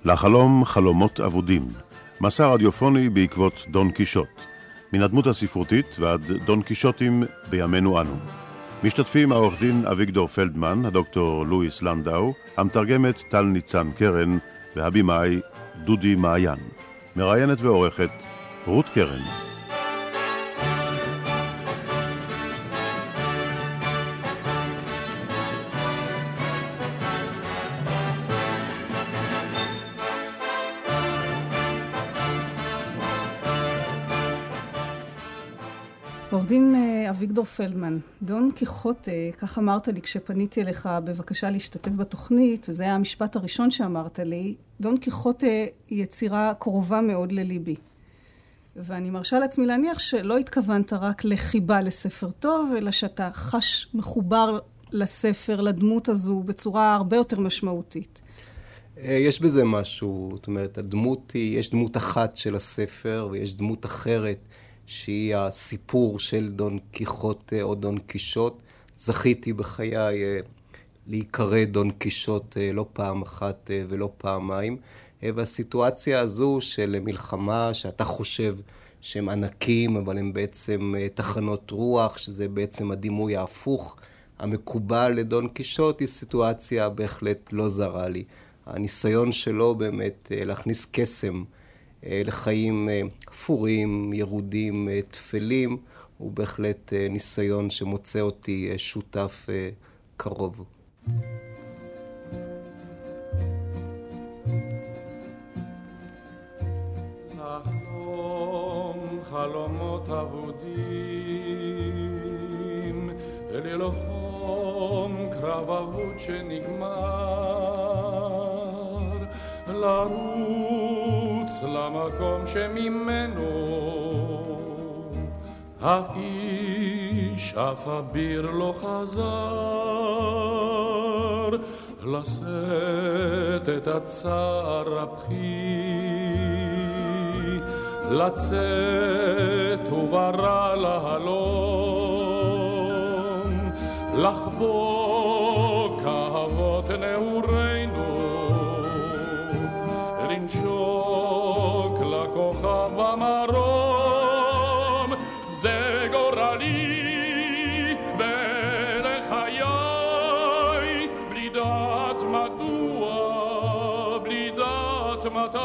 לחלום חלומות אבודים, מסע רדיופוני בעקבות דון קישוט, מן הדמות הספרותית ועד דון קישוטים בימינו אנו. משתתפים העורך דין אביגדור פלדמן, הדוקטור לואיס לנדאו, המתרגמת טל ניצן קרן והבימאי דודי מעיין. מראיינת ועורכת רות קרן. עורך דין אביגדור פלדמן, דון קיחוטה, כך אמרת לי כשפניתי אליך בבקשה להשתתף בתוכנית, וזה היה המשפט הראשון שאמרת לי, דון קיחוטה היא יצירה קרובה מאוד לליבי. ואני מרשה לעצמי להניח שלא התכוונת רק לחיבה לספר טוב, אלא שאתה חש מחובר לספר, לדמות הזו, בצורה הרבה יותר משמעותית. יש בזה משהו, זאת אומרת, יש דמות אחת של הספר, ויש דמות אחרת, שהיא הסיפור של דון קיחוטה או דון קישוט. זכיתי בחיי להיקרא דון קישוט לא פעם אחת ולא פעמיים. והסיטואציה הזו של מלחמה שאתה חושב שהם ענקים, אבל הם בעצם תחנות רוח, שזה בעצם הדימוי ההפוך המקובל לדון קישוט, היא סיטואציה בהחלט לא זרה לי. הניסיון שלו באמת להכניס קסם לחיים אפורים, ירודים, תפלים, הוא בהחלט ניסיון שמוצא אותי שותף קרוב. לחלום חלומות אבודים, ללחום קרב אבוד שנגמר, לרוץ למקום שממנו אף איש, אף אביר לא חזר, לשאת את הצער הבכי, לצאת וברא להלום, לחבוק אהבות נעורינו, לנשוק לכוכב במרום, זה גורלי ולחיי, בלי דעת מדוע, בלי דעת מתי,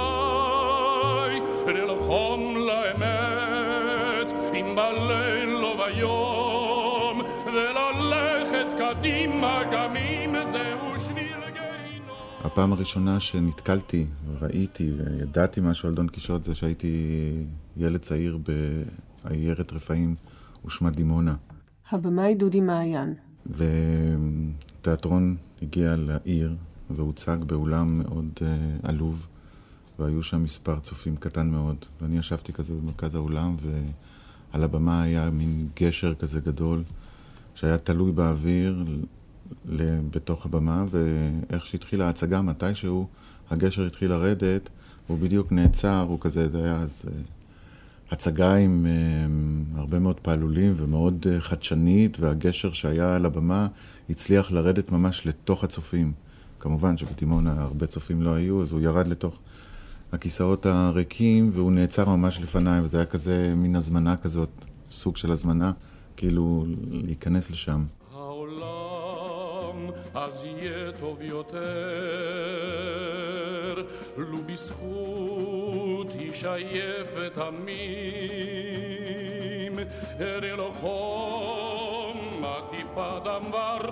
ללחום לאמת עם בליל וביום, וללכת קדימה גם אם זהו שביל גיהינום. הפעם הראשונה שנתקלתי וראיתי וידעתי משהו על דון קישוט זה שהייתי ילד צעיר בעיירת רפאים ושמה דימונה. הבמאי דודי מעיין. ותיאטרון הגיע לעיר והוצג באולם מאוד עלוב, והיו שם מספר צופים קטן מאוד, ואני ישבתי כזה במרכז האולם, ועל הבמה היה מין גשר כזה גדול, שהיה תלוי באוויר בתוך הבמה, ואיך שהתחילה ההצגה, מתישהו הגשר התחיל לרדת, הוא בדיוק נעצר, הוא כזה, זה היה אז הצגה עם הרבה מאוד פעלולים ומאוד חדשנית, והגשר שהיה על הבמה הצליח לרדת ממש לתוך הצופים. כמובן שבדימונה הרבה צופים לא היו, אז הוא ירד לתוך הכיסאות הריקים, והוא נעצר ממש לפניי, וזה היה כזה מין הזמנה כזאת, סוג של הזמנה, כאילו להיכנס לשם. העולם אז יהיה טוב יותר, לו בזכות ישייף את עמים, ללחום הטיפה דם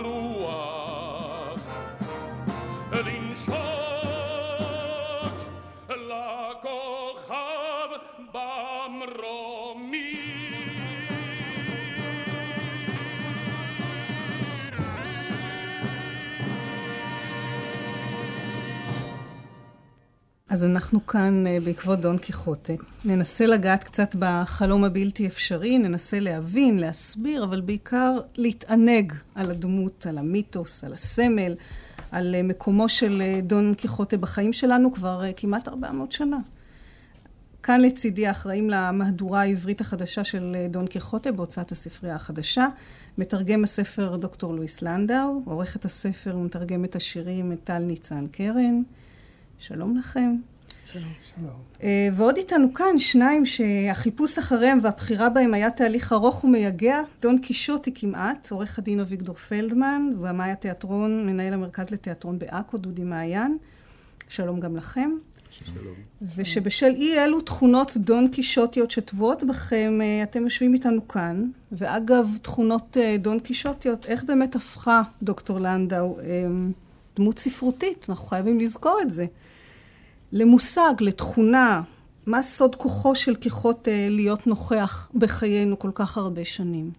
ורוח, לנשוק לכוכב במרומי. אז אנחנו כאן בעקבות דון קיחוטה. ננסה לגעת קצת בחלום הבלתי אפשרי, ננסה להבין, להסביר, אבל בעיקר להתענג על הדמות, על המיתוס, על הסמל, על מקומו של דון קיחוטה בחיים שלנו כבר כמעט 400 שנה. כאן לצידי האחראים למהדורה העברית החדשה של דון קיחוטה בהוצאת הספרייה החדשה, מתרגם הספר דוקטור לואיס לנדאו, עורכת הספר ומתרגמת השירים טל ניצן קרן, שלום לכם. שלום. שלום. ועוד איתנו כאן שניים שהחיפוש אחריהם והבחירה בהם היה תהליך ארוך ומייגע. דון קישוטי כמעט, עורך הדין אביגדור פלדמן, ובמאי התיאטרון, מנהל המרכז לתיאטרון בעכו, דודי מעיין. שלום גם לכם. שלום. ושבשל אי אלו תכונות דון קישוטיות שטבועות בכם, אתם יושבים איתנו כאן. ואגב, תכונות דון קישוטיות, איך באמת הפכה דוקטור לנדאו דמות ספרותית? אנחנו חייבים לזכור את זה. למושג, לתכונה, מה סוד כוחו של קיחוטה להיות נוכח בחיינו כל כך הרבה שנים?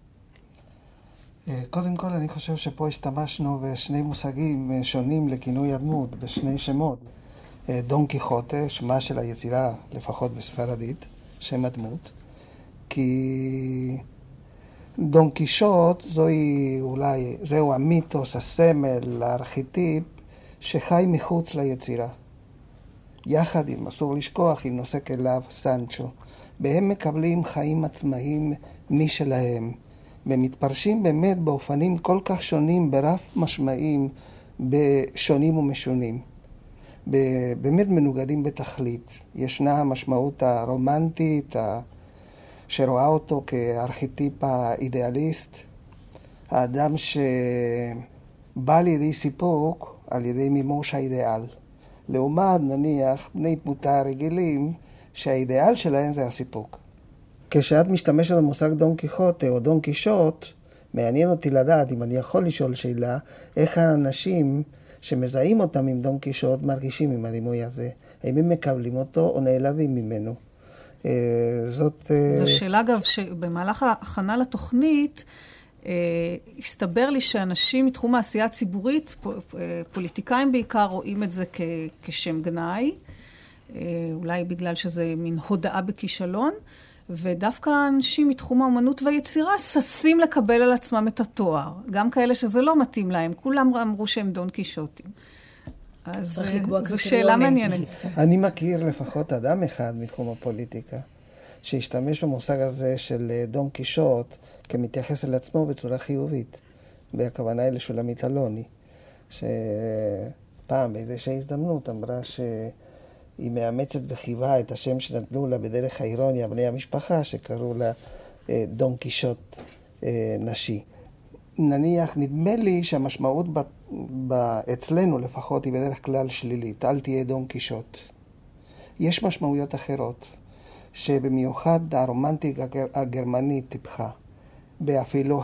קודם כל, אני חושב שפה השתמשנו בשני מושגים שונים לכינוי הדמות, בשני שמות. דון קיחוטה, שמה של היצירה, לפחות בספרדית, שם הדמות. כי דון קישוט, זהו המיתוס, הסמל, הארכיטיפ, שחי מחוץ ליצירה. יחד עם, אסור לשכוח, עם נושא כליו סנצ'ו. והם מקבלים חיים עצמאיים משלהם. ומתפרשים באמת באופנים כל כך שונים, ברף משמעיים, בשונים ומשונים. באמת מנוגדים בתכלית. ישנה המשמעות הרומנטית, שרואה אותו כארכיטיפ האידיאליסט. האדם שבא לידי סיפוק על ידי מימוש האידיאל. לעומת, נניח, בני תמותה רגילים, שהאידיאל שלהם זה הסיפוק. כשאת משתמשת במושג דון קיחוטה או דון קישוט, מעניין אותי לדעת, אם אני יכול לשאול שאלה, איך האנשים שמזהים אותם עם דון קישוט מרגישים עם הדימוי הזה. האם הם מקבלים אותו או נעלבים ממנו? זו שאלה, אגב, שבמהלך ההכנה לתוכנית, הסתבר לי שאנשים מתחום העשייה הציבורית, פוליטיקאים בעיקר, רואים את זה כשם גנאי, אולי בגלל שזה מין הודעה בכישלון, ודווקא אנשים מתחום האומנות והיצירה ששים לקבל על עצמם את התואר. גם כאלה שזה לא מתאים להם, כולם אמרו שהם דון קישוטים. אז זו שאלה מעניינת. אני מכיר לפחות אדם אחד מתחום הפוליטיקה, שהשתמש במושג הזה של דון קישוט, כמתייחס אל עצמו בצורה חיובית. והכוונה היא לשולמית אלוני, שפעם באיזושהי הזדמנות אמרה שהיא מאמצת בחיבה את השם שנתנו לה בדרך האירוניה בני המשפחה, שקראו לה דון קישוט נשי. נניח, נדמה לי שהמשמעות אצלנו לפחות היא בדרך כלל שלילית. אל תהיה דון קישוט. יש משמעויות אחרות, שבמיוחד הרומנטיקה הגרמנית טיפחה. ואפילו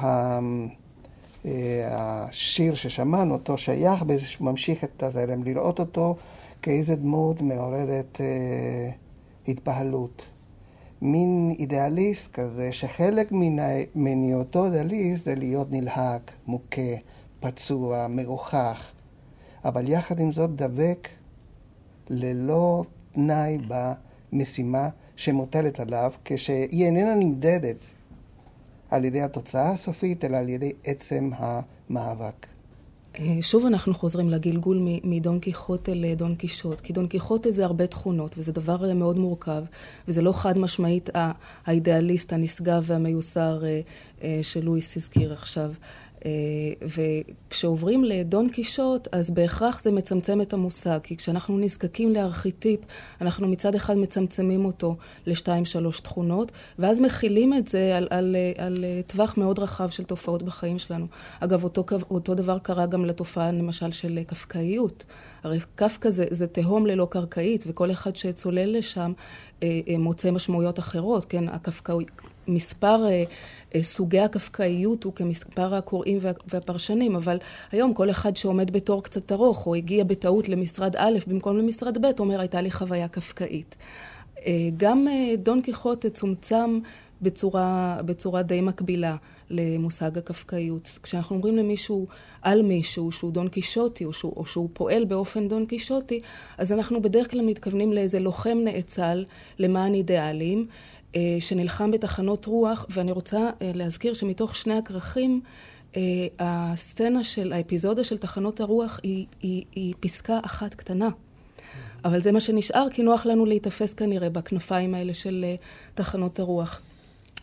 השיר ששמענו אותו שייך באיזשהו ממשיך את הזרם, לראות אותו כאיזו דמות מעוררת התפעלות. מין אידיאליסט כזה, שחלק מניותו אידיאליסט זה להיות נלהק, מוכה, פצוע, מגוחך. אבל יחד עם זאת דבק ללא תנאי במשימה שמוטלת עליו, כשהיא איננה נמדדת על ידי התוצאה הסופית, אלא על ידי עצם המאבק. שוב אנחנו חוזרים לגלגול מדון קיחוטה לדון קישוט, כי דון קיחוטה זה הרבה תכונות, וזה דבר מאוד מורכב, וזה לא חד משמעית האידיאליסט, הנשגב והמיוסר שלואיס הזכיר עכשיו. וכשעוברים לדון קישוט, אז בהכרח זה מצמצם את המושג, כי כשאנחנו נזקקים לארכיטיפ, אנחנו מצד אחד מצמצמים אותו ל2-3 תכונות, ואז מכילים את זה על טווח מאוד רחב של תופעות בחיים שלנו. אגב, אותו דבר קרה גם לתופעה, למשל, של קפקאיות. הרי קפקא זה תהום ללא קרקעית, וכל אחד שצולל לשם מוצא משמעויות אחרות, כן? מספר סוגי הקפקאיות הוא כמספר הקוראים והפרשנים, אבל היום כל אחד שעומד בתור קצת ארוך, או הגיע בטעות למשרד א' במקום למשרד ב', אומר, הייתה לי חוויה קפקאית. גם דון קיחוטה צומצם בצורה די מקבילה למושג הקפקאיות. כשאנחנו אומרים למישהו על מישהו שהוא דון קישוטי, או שהוא פועל באופן דון קישוטי, אז אנחנו בדרך כלל מתכוונים לאיזה לוחם נאצל למען אידיאלים, שנלחם בתחנות רוח, ואני רוצה להזכיר שמתוך שני הכרכים, הסצנה של האפיזודה של תחנות הרוח היא פסקה אחת קטנה. אבל זה מה שנשאר, כי נוח לנו להתאפס כנראה בכנפיים האלה של תחנות הרוח.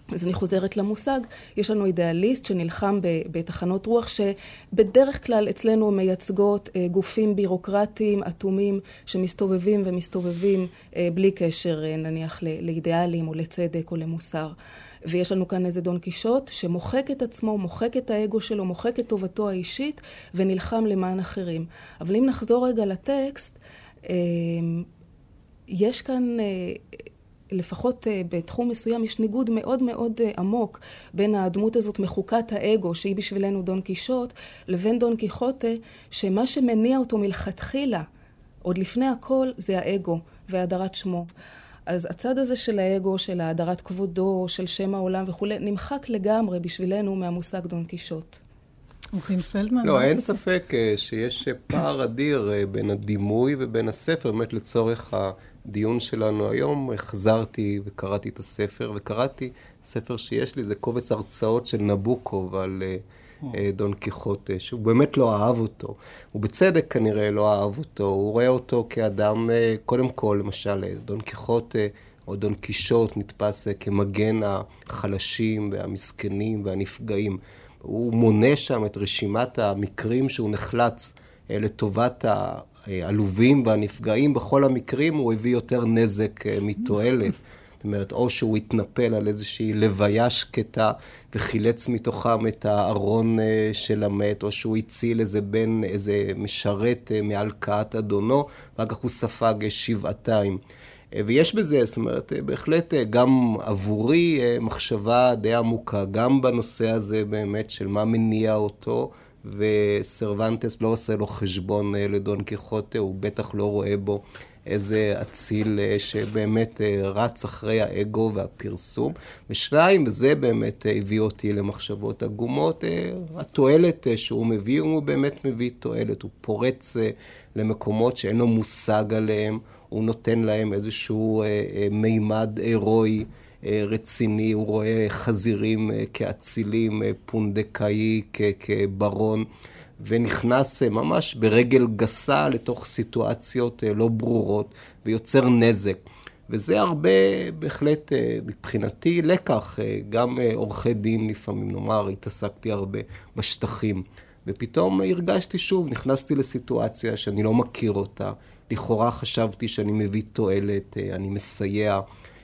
אז אני חוזרת למושג, יש לנו אידיאליסט שנלחם בתחנות רוח שבדרך כלל אצלנו מייצגות גופים בירוקרטיים, אטומים, שמסתובבים ומסתובבים בלי קשר נניח לאידיאלים או לצדק או למוסר. ויש לנו כאן איזה דון קישוט שמוחק את עצמו, מוחק את האגו שלו, מוחק את טובתו האישית ונלחם למען אחרים. אבל אם נחזור רגע לטקסט, יש כאן... לפחות בתחום מסוים יש ניגוד מאוד מאוד עמוק בין הדמות הזאת מחוקת האגו, שהיא בשבילנו דון קישוט, לבין דון קיחוטה, שמה שמניע אותו מלכתחילה, עוד לפני הכל, זה האגו והאדרת שמו. אז הצד הזה של האגו, של האדרת כבודו, של שם העולם וכו', נמחק לגמרי בשבילנו מהמושג דון קישוט. עו"ד פלדמן? לא, אין ספק שיש פער אדיר בין הדימוי ובין הספר, באמת לצורך הדיון שלנו היום. חזרתי וקראתי את הספר, וקראתי ספר שיש לי, זה קובץ הרצאות של נבוקוב על דון קיחוטה, שהוא באמת לא אהב אותו. הוא בצדק כנראה לא אהב אותו, הוא רואה אותו כאדם, קודם כל, למשל, דון קיחוטה או דון קישוט נתפס כמגן החלשים והמסכנים והנפגעים. הוא מונה שם את רשימת המקרים שהוא נחלץ לטובת העלובים והנפגעים. בכל המקרים הוא הביא יותר נזק מתועלת. זאת אומרת, או שהוא התנפל על איזושהי לוויה שקטה וחילץ מתוכם את הארון של המת, או שהוא הציל איזה משרת מעל קעת אדונו, ואחר כך הוא ספג שבעתיים. ויש בזה, זאת אומרת, בהחלט גם עבורי מחשבה די עמוקה, גם בנושא הזה באמת של מה מניע אותו, וסרוונטס לא עושה לו חשבון לדון קיחוטה, הוא בטח לא רואה בו איזה אציל שבאמת רץ אחרי האגו והפרסום. ושניים, וזה באמת הביא אותי למחשבות עגומות, התועלת שהוא מביא, הוא באמת מביא תועלת, הוא פורץ למקומות שאין לו מושג עליהם, הוא נותן להם איזשהו מימד אירועי רציני, הוא רואה חזירים כאצילים, פונדקאי כברון, ונכנס ממש ברגל גסה לתוך סיטואציות לא ברורות, ויוצר נזק. וזה הרבה, בהחלט, מבחינתי, לקח. גם עורכי דין לפעמים, נאמר, התעסקתי הרבה בשטחים. ופתאום הרגשתי שוב, נכנסתי לסיטואציה שאני לא מכיר אותה. לכאורה חשבתי שאני מביא תועלת, אני מסייע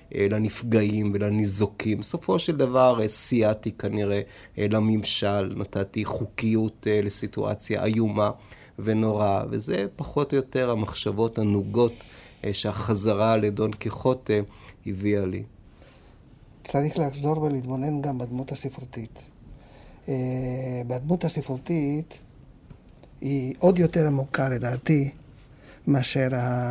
לנפגעים ולניזוקים. בסופו של דבר סייעתי כנראה לממשל, נתתי חוקיות לסיטואציה איומה ונורא, וזה פחות או יותר המחשבות הנוגות שהחזרה לדון קיחוטה הביאה לי. צריך לחזור ולהתבונן גם בדמות הספרותית. בדמות הספרותית היא עוד יותר עמוקה לדעתי מאשר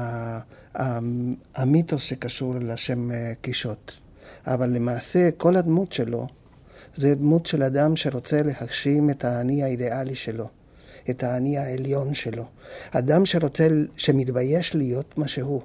המיתוס שקשור לשם קישוט. אבל למעשה כל הדמות שלו זה דמות של אדם שרוצה להגשים את האני האידיאלי שלו, את האני העליון שלו. אדם שמתבייש להיות מה שהוא.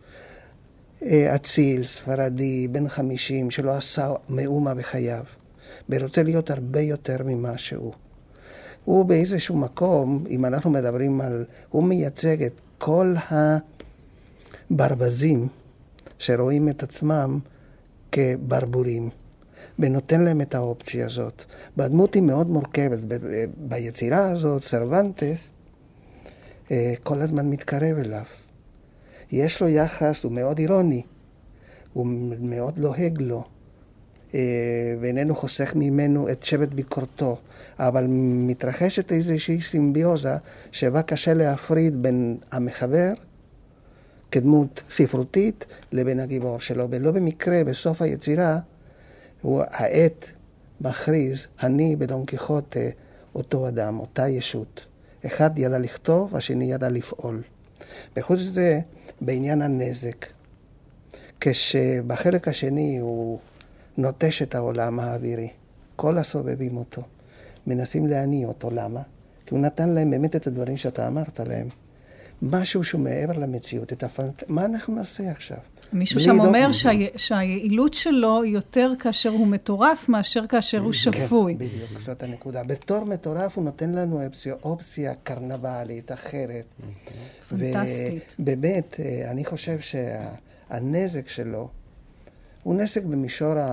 אציל, ספרדי, בן 50, שלא עשה מאומה בחייו, ורוצה להיות הרבה יותר ממה שהוא. הוא באיזשהו מקום, אם אנחנו מדברים על, הוא מייצג את כל הברבזים שרואים את עצמם כברבורים, ונותן להם את האופציה הזאת. בדמות היא מאוד מורכבת. ביצירה הזאת, סרוונטס כל הזמן מתקרב אליו. יש לו יחס, הוא מאוד אירוני, הוא מאוד לוהג לו, ואיננו חוסך ממנו את שבט ביקורתו, אבל מתרחשת איזושהי סימביוזה שבה קשה להפריד בין המחבר כדמות ספרותית לבין הגיבור שלו. ולא במקרה בסוף היצירה הוא העט מכריז, אני בדון קיחוטה אותו אדם, אותה ישות. אחד ידע לכתוב, השני ידע לפעול. בחוץ לזה בעניין הנזק, כשבחלק השני הוא נוטש את העולם האווירי, כל הסובבים אותו מנסים להניע אותו. למה? כי הוא נתן להם באמת את הדברים שאתה אמרת להם, משהו שהוא מעבר למציאות, מה אנחנו נעשה עכשיו? מישהו שם אומר שהיעילות שלו היא יותר כאשר הוא מטורף מאשר כאשר הוא שפוי. כן, בדיוק, זאת הנקודה. בתור מטורף הוא נותן לנו אופציה קרנבלית אחרת. פנטסטית. ובאמת, אני חושב שהנזק שלו הוא נזק במישור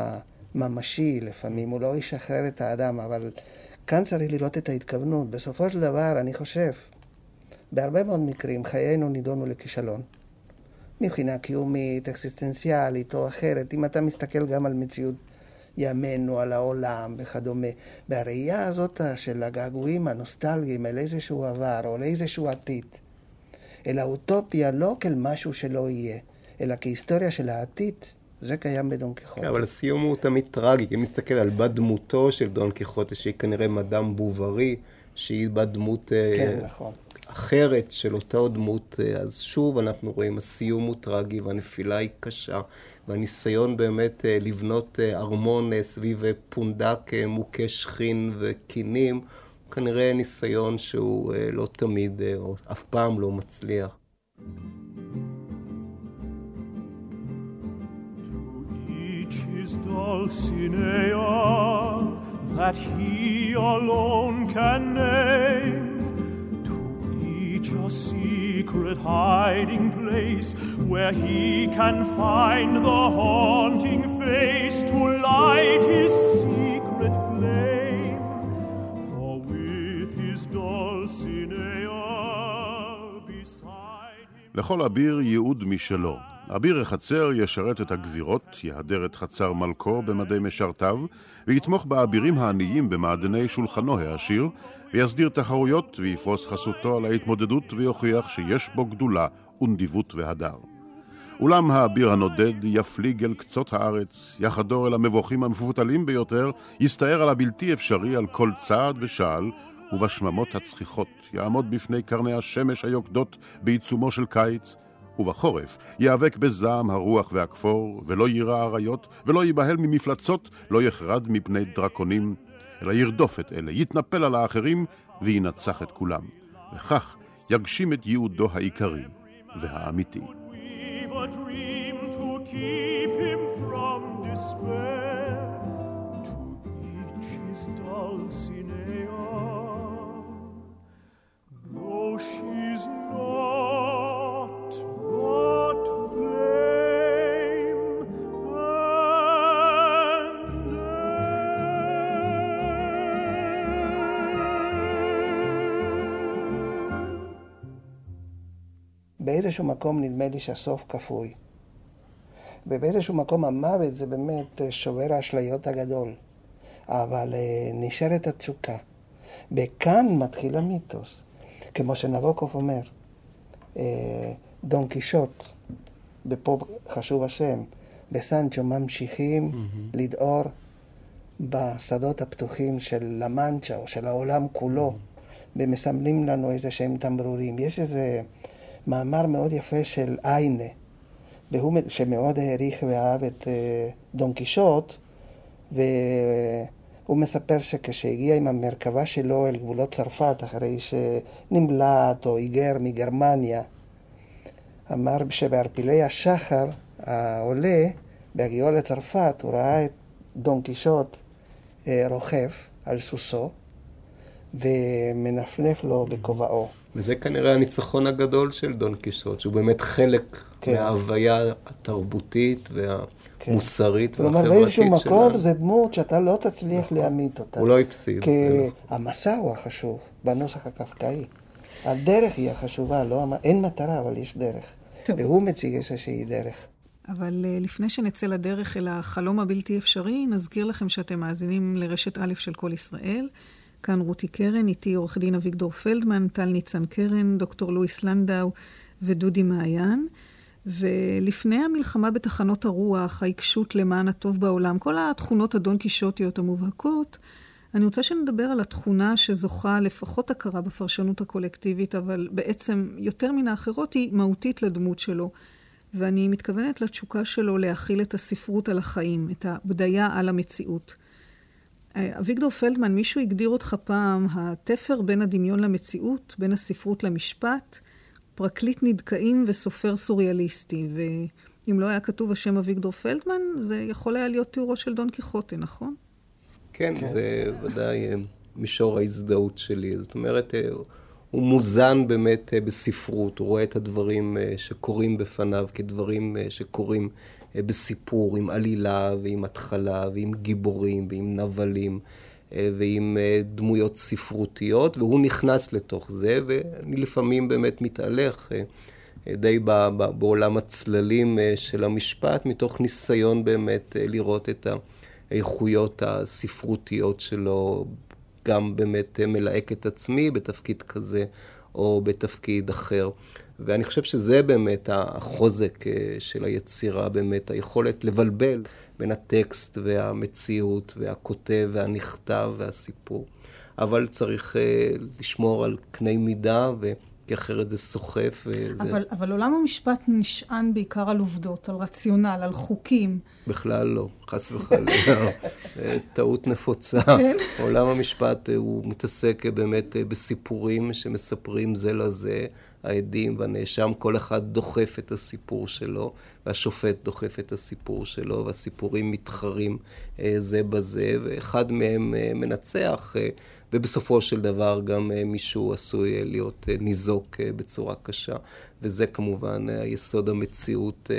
ממשי לפעמים, הוא לא ישחרר את האדם, אבל כאן צריך לראות את ההתכוונות. בסופו של דבר, אני חושב, בהרבה מאוד מקרים חיינו נידונו לכישלון. מבחינה קיומית, אקסיסטנציאלית או אחרת, אם אתה מסתכל גם על מציאות ימינו, על העולם וכדומה. בראייה הזאת של הגעגועים הנוסטלגיים אל איזשהו עבר או לאיזשהו עתיד, אל האוטופיה לא כאל משהו שלא יהיה, אלא כהיסטוריה של העתיד, זה קיים בדון קיחוטה. אבל הסיום הוא תמיד טרגי, אם נסתכל על בת דמותו של דון קיחוטה, שהיא כנראה מדאם בוברי, שהיא בת דמות כן, נכון. אחרת של אותה דמות, אז שוב אנחנו רואים, הסיום הוא טרגי והנפילה היא קשה, והניסיון באמת לבנות ארמון סביב פונדק מוכה שכין וקינים, כנראה ניסיון שהוא לא תמיד, או אף פעם לא מצליח. Dulcinea, that he alone can name, to each a secret hiding place where he can find the haunting face to light his secret flame. For with his Dulcinea beside him... לכל אביר ייעוד משלו. אביר החצר ישרת את הגבירות, יהדר את חצר מלכו במדי משרתיו, ויתמוך באבירים העניים במעדני שולחנו העשיר, ויסדיר תחרויות ויפרוס חסותו על ההתמודדות ויוכיח שיש בו גדולה ונדיבות והדר. אולם האביר הנודד יפליג אל קצות הארץ, יחדור אל המבוכים המפותלים ביותר, יסתער על הבלתי אפשרי על כל צעד ושעל, ובשממות הצחיחות יעמוד בפני קרני השמש היוקדות בעיצומו של קיץ, ובחורף יאבק בזעם הרוח והכפור, ולא יירא אריות, ולא ייבהל ממפלצות, לא יחרד מפני דרקונים, אלא ירדוף את אלה, יתנפל על האחרים, וינצח את כולם. וכך יגשים את ייעודו העיקרי והאמיתי. She's not but flame and באיזשהו מקום נדמה לי שהסוף כפוי. ובאיזשהו מקום המוות זה באמת שובר האשליות הגדול. אבל נשארת התשוקה. וכאן מתחיל המיתוס. כמו שנבוקוב אומר, דון קישוט, ופה חשוב השם, בסנצ'ו ממשיכים לדאור בשדות הפתוחים של למנצ'ה או של העולם כולו, ומסמלים לנו איזה שהם תמרורים. יש איזה מאמר מאוד יפה של איינה, שמאוד העריך ואהב את דון קישוט, הוא מספר שכשהגיע עם המרכבה שלו אל גבולות צרפת, אחרי שנמלט או היגר מגרמניה, אמר שבערפילי השחר העולה, בהגיעו לצרפת, הוא ראה את דון קישוט רוכב על סוסו, ומנפנף לו בכובעו. וזה כנראה הניצחון הגדול של דון קישוט, שהוא באמת חלק מההוויה התרבותית מוסרית והחברתית שלנו. כלומר, באיזשהו מקום זה דמות שאתה לא תצליח להעמיד אותה. הוא לא הפסיד. כי המסע הוא החשוב, בנוסח הקפקאי. הדרך היא החשובה, אין מטרה, אבל יש דרך. והוא מציג איזושהי דרך. אבל לפני שנצא לדרך אל החלום הבלתי אפשרי, נזכיר לכם שאתם מאזינים לרשת א' של כל ישראל. כאן רותי קרן, איתי עורך דין אביגדור פלדמן, טל ניצן קרן, דוקטור לואיס לנדאו ודודי מעיין. ולפני המלחמה בתחנות הרוח, העיקשות למען הטוב בעולם, כל התכונות הדון קישוטיות המובהקות, אני רוצה שנדבר על התכונה שזוכה לפחות הכרה בפרשנות הקולקטיבית, אבל בעצם יותר מן האחרות היא מהותית לדמות שלו. ואני מתכוונת לתשוקה שלו להכיל את הספרות על החיים, את הבדיה על המציאות. אביגדור פלדמן, מישהו הגדיר אותך פעם, התפר בין הדמיון למציאות, בין הספרות למשפט, פרקליט נדכאים וסופר סוריאליסטי, ואם לא היה כתוב השם אביגדור פלדמן, זה יכול היה להיות תיאורו של דון קיחוטה, נכון? כן, זה ודאי מישור ההזדהות שלי. זאת אומרת, הוא מוזן באמת בספרות, הוא רואה את הדברים שקורים בפניו כדברים שקורים בסיפור עם עלילה ועם התחלה ועם גיבורים ועם נבלים ועם דמויות ספרותיות, והוא נכנס לתוך זה, ואני לפעמים באמת מתהלך די בעולם הצללים של המשפט, מתוך ניסיון באמת לראות את האיכויות הספרותיות שלו, גם באמת מלהק את עצמי בתפקיד כזה או בתפקיד אחר. ואני חושב שזה באמת החוזק של היצירה, באמת היכולת לבלבל בין הטקסט והמציאות והכותב והנכתב והסיפור. אבל צריך לשמור על קני מידה, כי אחרת זה סוחף. אבל עולם המשפט נשען בעיקר על עובדות, על רציונל, על חוקים. בכלל לא, חס וחלילה. טעות נפוצה. עולם המשפט הוא מתעסק באמת בסיפורים שמספרים זה לזה, העדים והנאשם, כל אחד דוחף את הסיפור שלו, והשופט דוחף את הסיפור שלו, והסיפורים מתחרים זה בזה, ואחד מהם מנצח, ובסופו של דבר גם מישהו עשוי להיות ניזוק בצורה קשה, וזה כמובן היסוד המציאות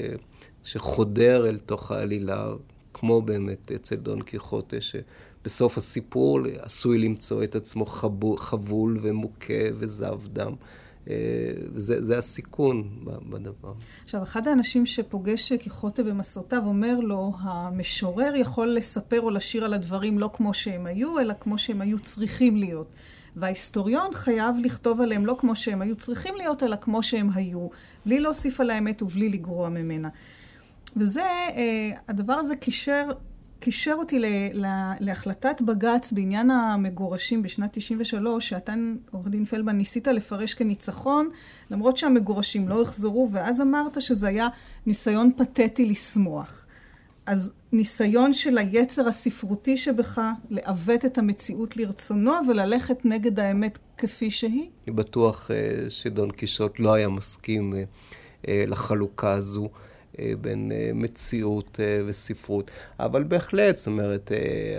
שחודר אל תוך העלילה, כמו באמת אצל דון קיחוטה, שבסוף הסיפור עשוי למצוא את עצמו חבול ומוכה וזב דם. וזה הסיכון בדבר. עכשיו, אחד האנשים שפוגש קיחוטה במסעותיו אומר לו, המשורר יכול לספר או לשיר על הדברים לא כמו שהם היו, אלא כמו שהם היו צריכים להיות. וההיסטוריון חייב לכתוב עליהם לא כמו שהם היו צריכים להיות, אלא כמו שהם היו, בלי להוסיף על האמת ובלי לגרוע ממנה. וזה, הדבר הזה קישר אותי להחלטת בג"ץ בעניין המגורשים בשנת 93, שאתה, עורך דין פלדמן, ניסית לפרש כניצחון, למרות שהמגורשים לא החזרו, ואז אמרת שזה היה ניסיון פתטי לשמוח. אז ניסיון של היצר הספרותי שבך לעוות את המציאות לרצונו וללכת נגד האמת כפי שהיא? אני בטוח שדון קישוט לא היה מסכים לחלוקה הזו בין מציאות וספרות. אבל בהחלט, זאת אומרת,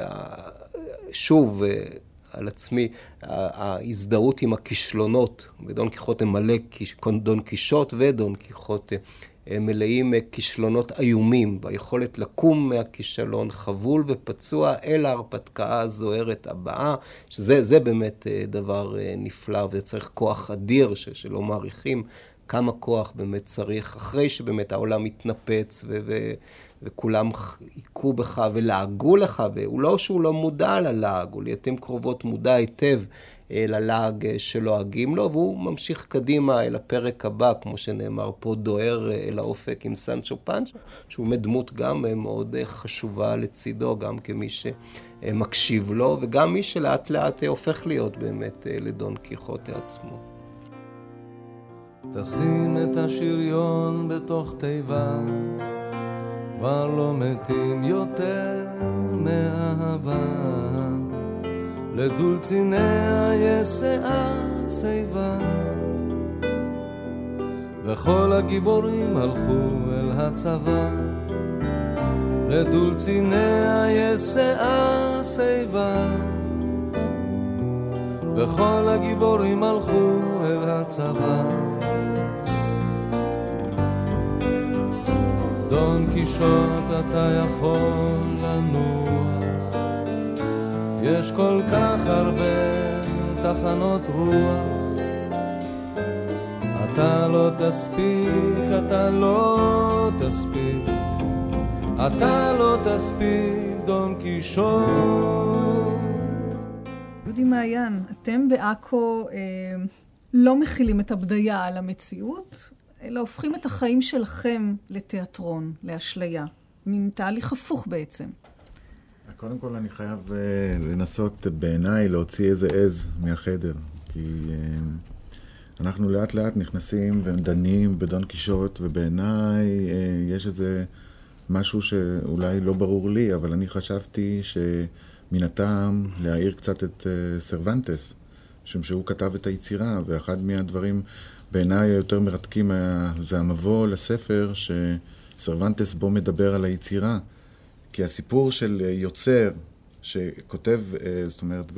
שוב, על עצמי, ההזדהות עם הכישלונות, ודון קיחוטה מלא, דון קישוט ודון קיחוטה, מלאים כישלונות איומים, והיכולת לקום מהכישלון חבול ופצוע אל ההרפתקה הזוהרת הבאה, שזה באמת דבר נפלא, וזה צריך כוח אדיר שלא מעריכים, כמה כוח באמת צריך, אחרי שבאמת העולם מתנפץ וכולם עיקו בך ולעגו לך, והוא לא שהוא לא מודע ללעג, הוא לעתים קרובות מודע היטב ללעג שלועגים לו, והוא ממשיך קדימה אל הפרק הבא, כמו שנאמר פה, דוהר אל האופק עם סנצ'ו פנצ'ה, שהוא מדמות גם מאוד חשובה לצידו, גם כמי שמקשיב לו, וגם מי שלאט לאט הופך להיות באמת לדון קיחוטה עצמו. תשים את השריון בתוך תיבה, כבר לא מתים יותר מאהבה, לדולציניה יסעה שיבה, וכל הגיבורים הלכו אל הצבא, לדולציניה יסעה שיבה, וכל הגיבורים הלכו אל הצבא. דון קישוט, אתה יכול לנוח, יש כל כך הרבה תחנות רוח, אתה לא תספיק, אתה לא תספיק, אתה לא תספיק, דון קישוט. יהודי מעיין, אתם בעכו לא מכילים את הבדיה על המציאות, אלא הופכים את החיים שלכם לתיאטרון, לאשליה. מין תהליך הפוך בעצם. קודם כל אני חייב לנסות בעיניי להוציא איזה עז מהחדר, כי אנחנו לאט לאט נכנסים ודנים בדון קישוט, ובעיניי יש איזה משהו שאולי לא ברור לי, אבל אני חשבתי שמן הטעם להעיר קצת את סרוונטס, משום שהוא כתב את היצירה, ואחד מהדברים בעיניי היותר מרתקים זה המבוא לספר שסרוונטס בו מדבר על היצירה, כי הסיפור של יוצר שכותב, זאת אומרת,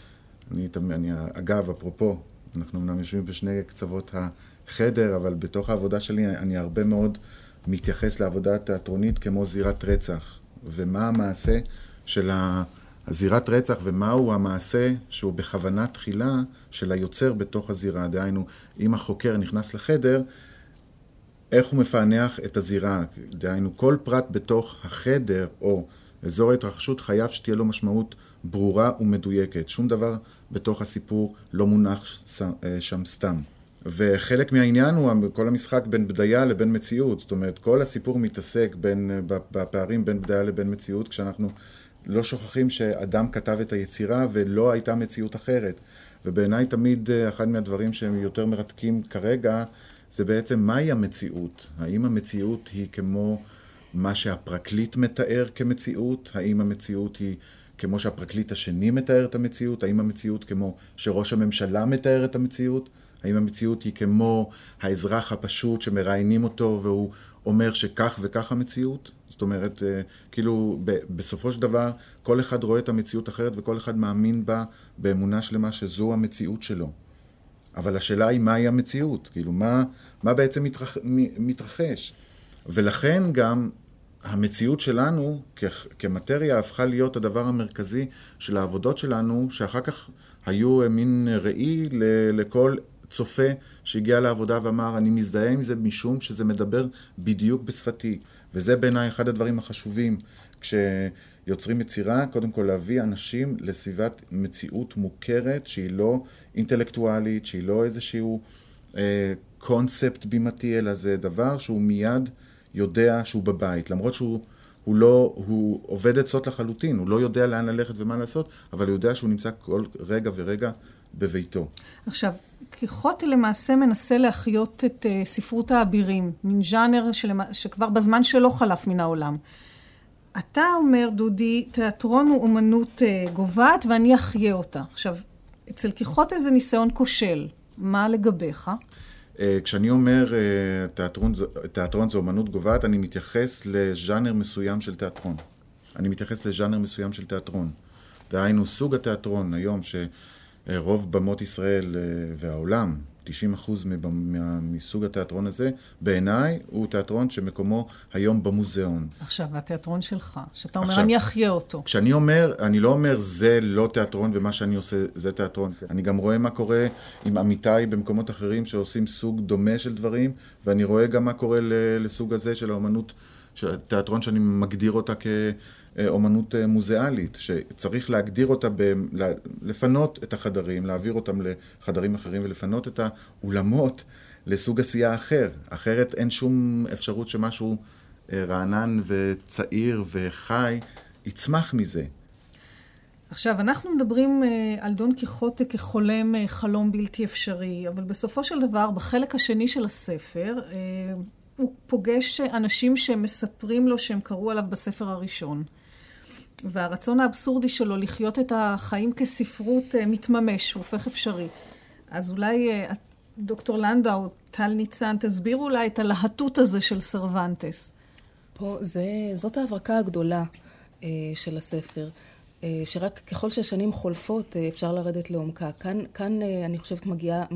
אגב, אפרופו, אנחנו אמנם יושבים בשני קצוות החדר, אבל בתוך העבודה שלי אני הרבה מאוד מתייחס לעבודה תיאטרונית כמו זירת רצח, ומה המעשה של הזירת רצח, ומהו המעשה שהוא בכוונה תחילה של היוצר בתוך הזירה. דהיינו, אם החוקר נכנס לחדר, איך הוא מפענח את הזירה. דהיינו, כל פרט בתוך החדר או אזור ההתרחשות חייב שתהיה לו משמעות ברורה ומדויקת. שום דבר בתוך הסיפור לא מונח שם סתם. וחלק מהעניין הוא כל המשחק בין בדיה לבין מציאות. זאת אומרת, כל הסיפור מתעסק בפערים בין בדיה לבין מציאות, כשאנחנו לא שוכחים שאדם כתב את היצירה ולא הייתה מציאות אחרת. ובעיניי תמיד אחד מהדברים שהם יותר מרתקים כרגע, זה בעצם מהי המציאות. האם המציאות היא כמו מה שהפרקליט מתאר כמציאות? האם המציאות היא כמו שהפרקליט השני מתאר את המציאות? האם המציאות כמו שראש הממשלה מתאר את המציאות? האם המציאות היא כמו האזרח הפשוט שמראיינים אותו והוא אומר שכך וכך המציאות? זאת אומרת, כאילו בסופו של דבר כל אחד רואה את המציאות אחרת וכל אחד מאמין בה באמונה שלמה שזו המציאות שלו. אבל השאלה היא מהי המציאות? כאילו מה בעצם מתרחש? ולכן גם המציאות שלנו כמטריה הפכה להיות הדבר המרכזי של העבודות שלנו, שאחר כך היו מין ראי לכל צופה שהגיע לעבודה ואמר, אני מזדהה עם זה משום שזה מדבר בדיוק בשפתי. וזה בעיניי אחד הדברים החשובים כשיוצרים יצירה, קודם כל להביא אנשים לסביבת מציאות מוכרת שהיא לא אינטלקטואלית, שהיא לא איזשהו קונספט בימתי, אלא זה דבר שהוא מיד יודע שהוא בבית, למרות הוא עובד עצות לחלוטין, הוא לא יודע לאן ללכת ומה לעשות, אבל הוא יודע שהוא נמצא כל רגע ורגע בביתו. עכשיו, קיחוטה למעשה מנסה להחיות את ספרות האבירים, מין ז'אנר שכבר בזמן שלו חלף מן העולם. אתה אומר, דודי, תיאטרון הוא אומנות גובעת ואני אחיה אותה. עכשיו, אצל קיחוטה זה ניסיון כושל. מה לגביך? כשאני אומר תיאטרון זו אומנות גובעת, אני מתייחס לז'אנר מסוים של תיאטרון. אני מתייחס לז'אנר מסוים של תיאטרון. דהיינו, סוג התיאטרון היום שרוב במות ישראל והעולם, 90% מסוג התיאטרון הזה, בעיניי הוא תיאטרון שמקומו היום במוזיאון. עכשיו, התיאטרון שלך, שאתה אומר, אני אחיה אותו. כשאני אומר, אני לא אומר זה לא תיאטרון ומה שאני עושה זה תיאטרון. אני גם רואה מה קורה עם עמיתיי במקומות אחרים שעושים סוג דומה של דברים, ואני רואה גם מה קורה לסוג הזה של האומנות, של התיאטרון שאני מגדיר אותה אומנות מוזיאלית, שצריך להגדיר אותה, לפנות את החדרים, להעביר אותם לחדרים אחרים ולפנות את האולמות לסוג עשייה אחר. אחרת אין שום אפשרות שמשהו רענן וצעיר וחי יצמח מזה. עכשיו, אנחנו מדברים על דון קיחוטה כחולם חלום בלתי אפשרי, אבל בסופו של דבר, בחלק השני של הספר, הוא פוגש אנשים שמספרים לו שהם קראו עליו בספר הראשון. והרצון האבסורדי שלו לחיות את החיים כספרות מתממש, הוא הופך אפשרי. אז אולי דוקטור לנדאו, טל ניצן, תסביר אולי את הלהטות הזה של סרוונטס. פה זאת ההברקה הגדולה של הספר, שרק ככל שהשנים חולפות אפשר לרדת לעומקה. כאן אני חושבת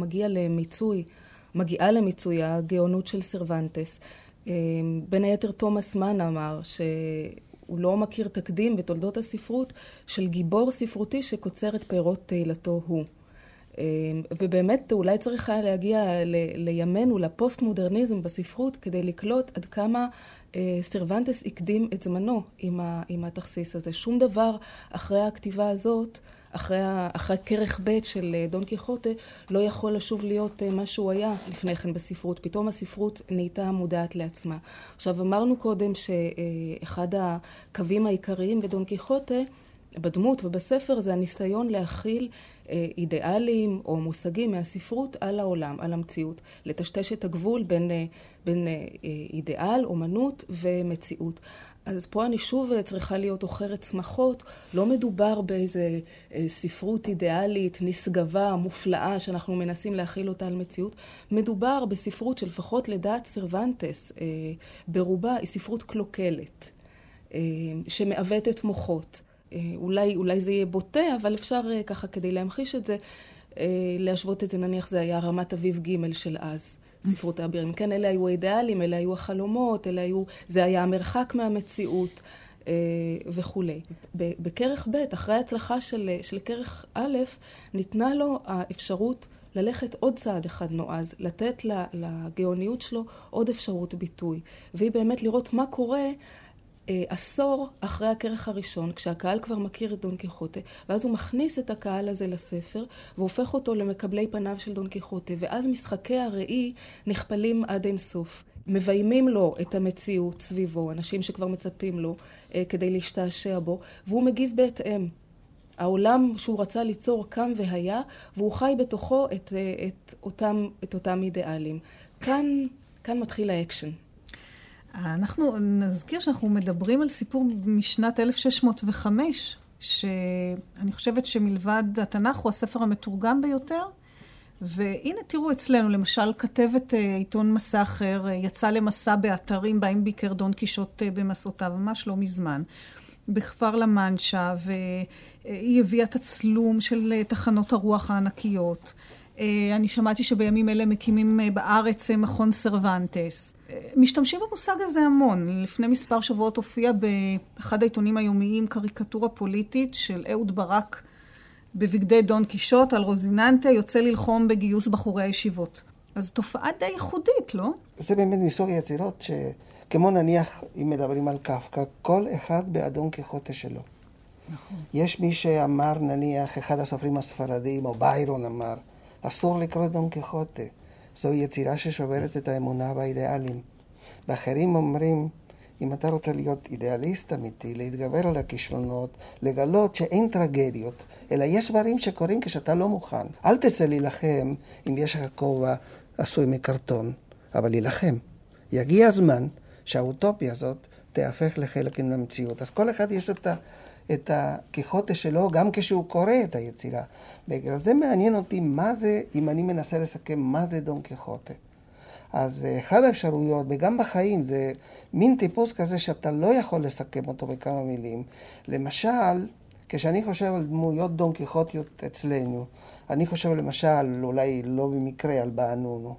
מגיעה למיצוי הגאונות של סרוונטס. בין היתר תומאס מן אמר שהוא לא מכיר תקדים בתולדות הספרות של גיבור ספרותי שקוצר את פירות תהילתו הוא. ובאמת אולי צריך היה להגיע לימינו, לפוסט-מודרניזם בספרות, כדי לקלוט עד כמה סרוונטס הקדים את זמנו עם התכסיס הזה. שום דבר אחרי הכתיבה הזאת, אחרי כרך ב' של דון קיחוטה, לא יכול לשוב להיות מה שהוא היה לפני כן בספרות. פתאום הספרות נהייתה מודעת לעצמה. עכשיו, אמרנו קודם שאחד הקווים העיקריים בדון קיחוטה, בדמות ובספר, זה הניסיון להכיל אידיאלים או מושגים מהספרות על העולם, על המציאות. לטשטש את הגבול בין אידיאל, אומנות ומציאות. אז פה אני שוב צריכה להיות אוכרת שמחות. לא מדובר באיזה ספרות אידיאלית, נשגבה, מופלאה, שאנחנו מנסים להכיל אותה על מציאות. מדובר בספרות שלפחות לדעת סרוונטס, ברובה היא ספרות קלוקלת, שמעוותת מוחות. אולי זה יהיה בוטה, אבל אפשר ככה כדי להמחיש את זה, להשוות את זה, נניח זה היה רמת אביב ג' של אז. ספרות האבירים. כן, אלה היו האידיאלים, אלה היו החלומות, זה היה המרחק מהמציאות וכו'. בכרך ב', אחרי ההצלחה של כרך א', ניתנה לו האפשרות ללכת עוד צעד אחד נועז, לתת לגאוניות שלו עוד אפשרות ביטוי. והיא באמת לראות מה קורה עשור אחרי הכרך הראשון, כשהקהל כבר מכיר את דון קיחוטה, ואז הוא מכניס את הקהל הזה לספר, והופך אותו למקבלי פניו של דון קיחוטה, ואז משחקי הראי נכפלים עד אין סוף. מביימים לו את המציאות סביבו, אנשים שכבר מצפים לו כדי להשתעשע בו, והוא מגיב בהתאם. העולם שהוא רצה ליצור קם והיה, והוא חי בתוכו את אותם אידיאלים. כאן מתחיל האקשן. אנחנו נזכיר שאנחנו מדברים על סיפור משנת 1605, שאני חושבת שמלבד התנ"ך הוא הספר המתורגם ביותר, והנה תראו אצלנו, למשל כתבת עיתון מסע אחר, יצא למסע באתרים בהם ביקר דון קישוט במסעותיו, ממש לא מזמן, בכפר למנשה, והיא הביאה תצלום של תחנות הרוח הענקיות. אני שמעתי שבימים אלה מקימים בארץ מכון סרוונטס. משתמשים במושג הזה המון. לפני מספר שבועות הופיע באחד העיתונים היומיים קריקטורה פוליטית של אהוד ברק בבגדי דון קישוט על רוזיננטה יוצא ללחום בגיוס בחורי הישיבות. אז תופעה די ייחודית, לא? זה באמת מסוג יצירות שכמו נניח אם מדברים על קפקא, כל אחד באדון קיחוטה שלו. נכון. יש מי שאמר נניח אחד הסופרים הספרדים או ביירון אמר אסור לקרוא דון קיחוטה. זו יצירה ששוברת את האמונה באידיאלים. ואחרים אומרים, אם אתה רוצה להיות אידיאליסט אמיתי, להתגבר על הכישלונות, לגלות שאין טרגדיות, אלא יש דברים שקורים כשאתה לא מוכן. אל תצא להילחם אם יש לך כובע עשוי מקרטון, אבל להילחם. יגיע הזמן שהאוטופיה הזאת תהפך לחלק מן המציאות. אז כל אחד יש את הקיחוטה שלו, גם כשהוא קורא את היצירה. בגלל זה מעניין אותי מה זה, אם אני מנסה לסכם מה זה דון קיחוטה. אז אחד האפשרויות, וגם בחיים, זה מין טיפוס כזה שאתה לא יכול לסכם אותו בכמה מילים. למשל, כשאני חושב על דמויות דון קיחוטיות אצלנו, אני חושב למשל, אולי לא במקרה, על באנונו.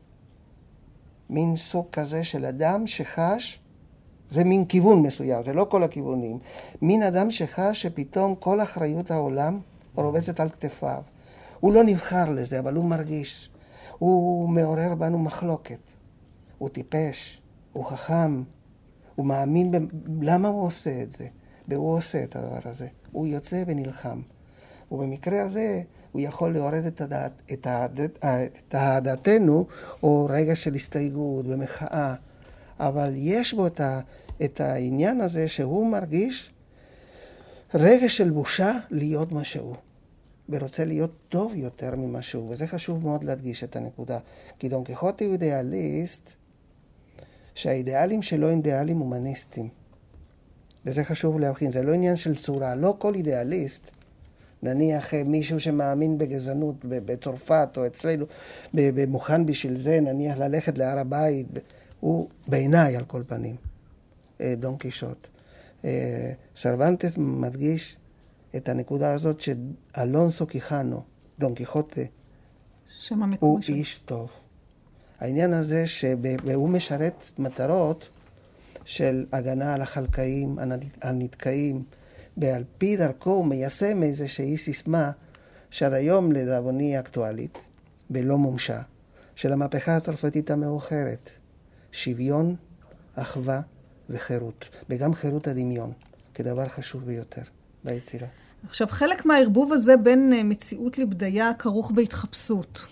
מין סוג כזה של אדם שחש, זה מין כיוון מסוים, זה לא כל הכיוונים. מין אדם שחש שפתאום כל אחריות העולם רובצת על כתפיו. הוא לא נבחר לזה, אבל הוא מרגיש. הוא מעורר בנו מחלוקת. הוא טיפש, הוא חכם, הוא מאמין למה הוא עושה את זה. והוא עושה את הדבר הזה. הוא יוצא ונלחם. ובמקרה הזה הוא יכול להורד את דעתנו, או רגע של הסתייגות ומחאה. אבל יש בו את העניין הזה שהוא מרגיש רגע של בושה להיות מה שהוא. ורוצה להיות טוב יותר ממה שהוא. וזה חשוב מאוד להדגיש את הנקודה. כי דון קיחוטה הוא אידיאליסט, שהאידיאלים שלו הם אידיאלים הומניסטיים. וזה חשוב להבחין. זה לא עניין של צורה. לא כל אידיאליסט, נניח מישהו שמאמין בגזענות בצרפת או אצלנו, מוכן בשביל זה, נניח ללכת להר הבית, הוא בעיניי על כל פנים דון קישוט. סרוונטס מדגיש את הנקודה הזאת שאלונסו קיחנו, דון קיחוטה, הוא איש טוב. העניין הזה שהוא משרת מטרות של הגנה על החלקאים, הנתקעים, ועל פי דרכו הוא מיישם איזושהי סיסמה שעד היום לדאבוני אקטואלית ולא מומשה, של המהפכה הצרפתית המאוחרת. שוויון, אחווה וחירות. וגם חירות הדמיון, כדבר חשוב ביותר ביצירה. עכשיו, חלק מהערבוב הזה בין מציאות לבדיה כרוך בהתחפשות.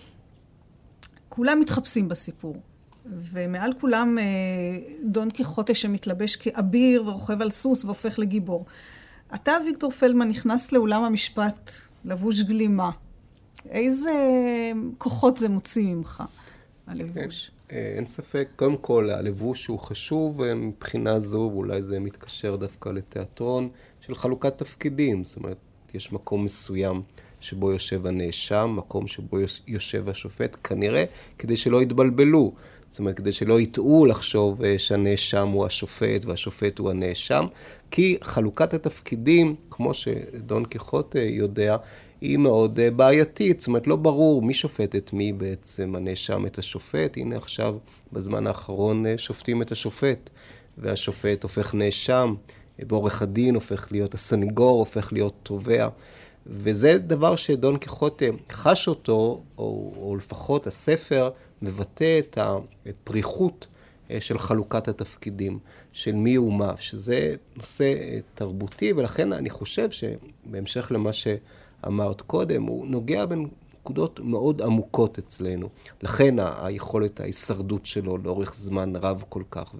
כולם מתחפשים בסיפור. ומעל כולם דון קיחוטה שמתלבש כאביר ורוכב על סוס והופך לגיבור. אתה, ויקטור פלדמן, נכנס לאולם המשפט לבוש גלימה. איזה כוחות זה מוציא ממך, הלבוש? אין ספק, קודם כל, הלבוש הוא חשוב מבחינה זו, ואולי זה מתקשר דווקא לתיאטרון של חלוקת תפקידים. זאת אומרת, יש מקום מסוים שבו יושב הנאשם, מקום שבו יושב השופט, כנראה, כדי שלא יתבלבלו. זאת אומרת, כדי שלא יטעו לחשוב שהנאשם הוא השופט והשופט הוא הנאשם, כי חלוקת התפקידים, כמו שדון קיחוטה יודע, היא מאוד בעייתית. זאת אומרת, לא ברור מי שופט את מי בעצם, הנאשם את השופט. הנה עכשיו, בזמן האחרון, שופטים את השופט, והשופט הופך נאשם, בעורך הדין הופך להיות הסניגור, הופך להיות תובע. וזה דבר שדון קיחוטה חש אותו, או לפחות הספר מבטא את הפריחות של חלוקת התפקידים, של מי ומה, שזה נושא תרבותי, ולכן אני חושב שבהמשך למה שאמרת קודם, הוא נוגע בנקודות מאוד עמוקות אצלנו. לכן היכולת ההישרדות שלו לאורך זמן רב כל כך,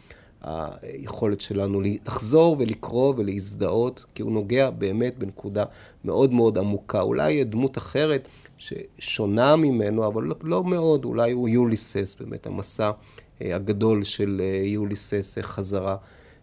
היכולת שלנו לחזור ולקרוא ולהזדהות, כי הוא נוגע באמת בנקודה מאוד מאוד עמוקה. אולי דמות אחרת ששונה ממנו, אבל לא מאוד, אולי הוא יוליסס, באמת המסע הגדול של יוליסס חזרה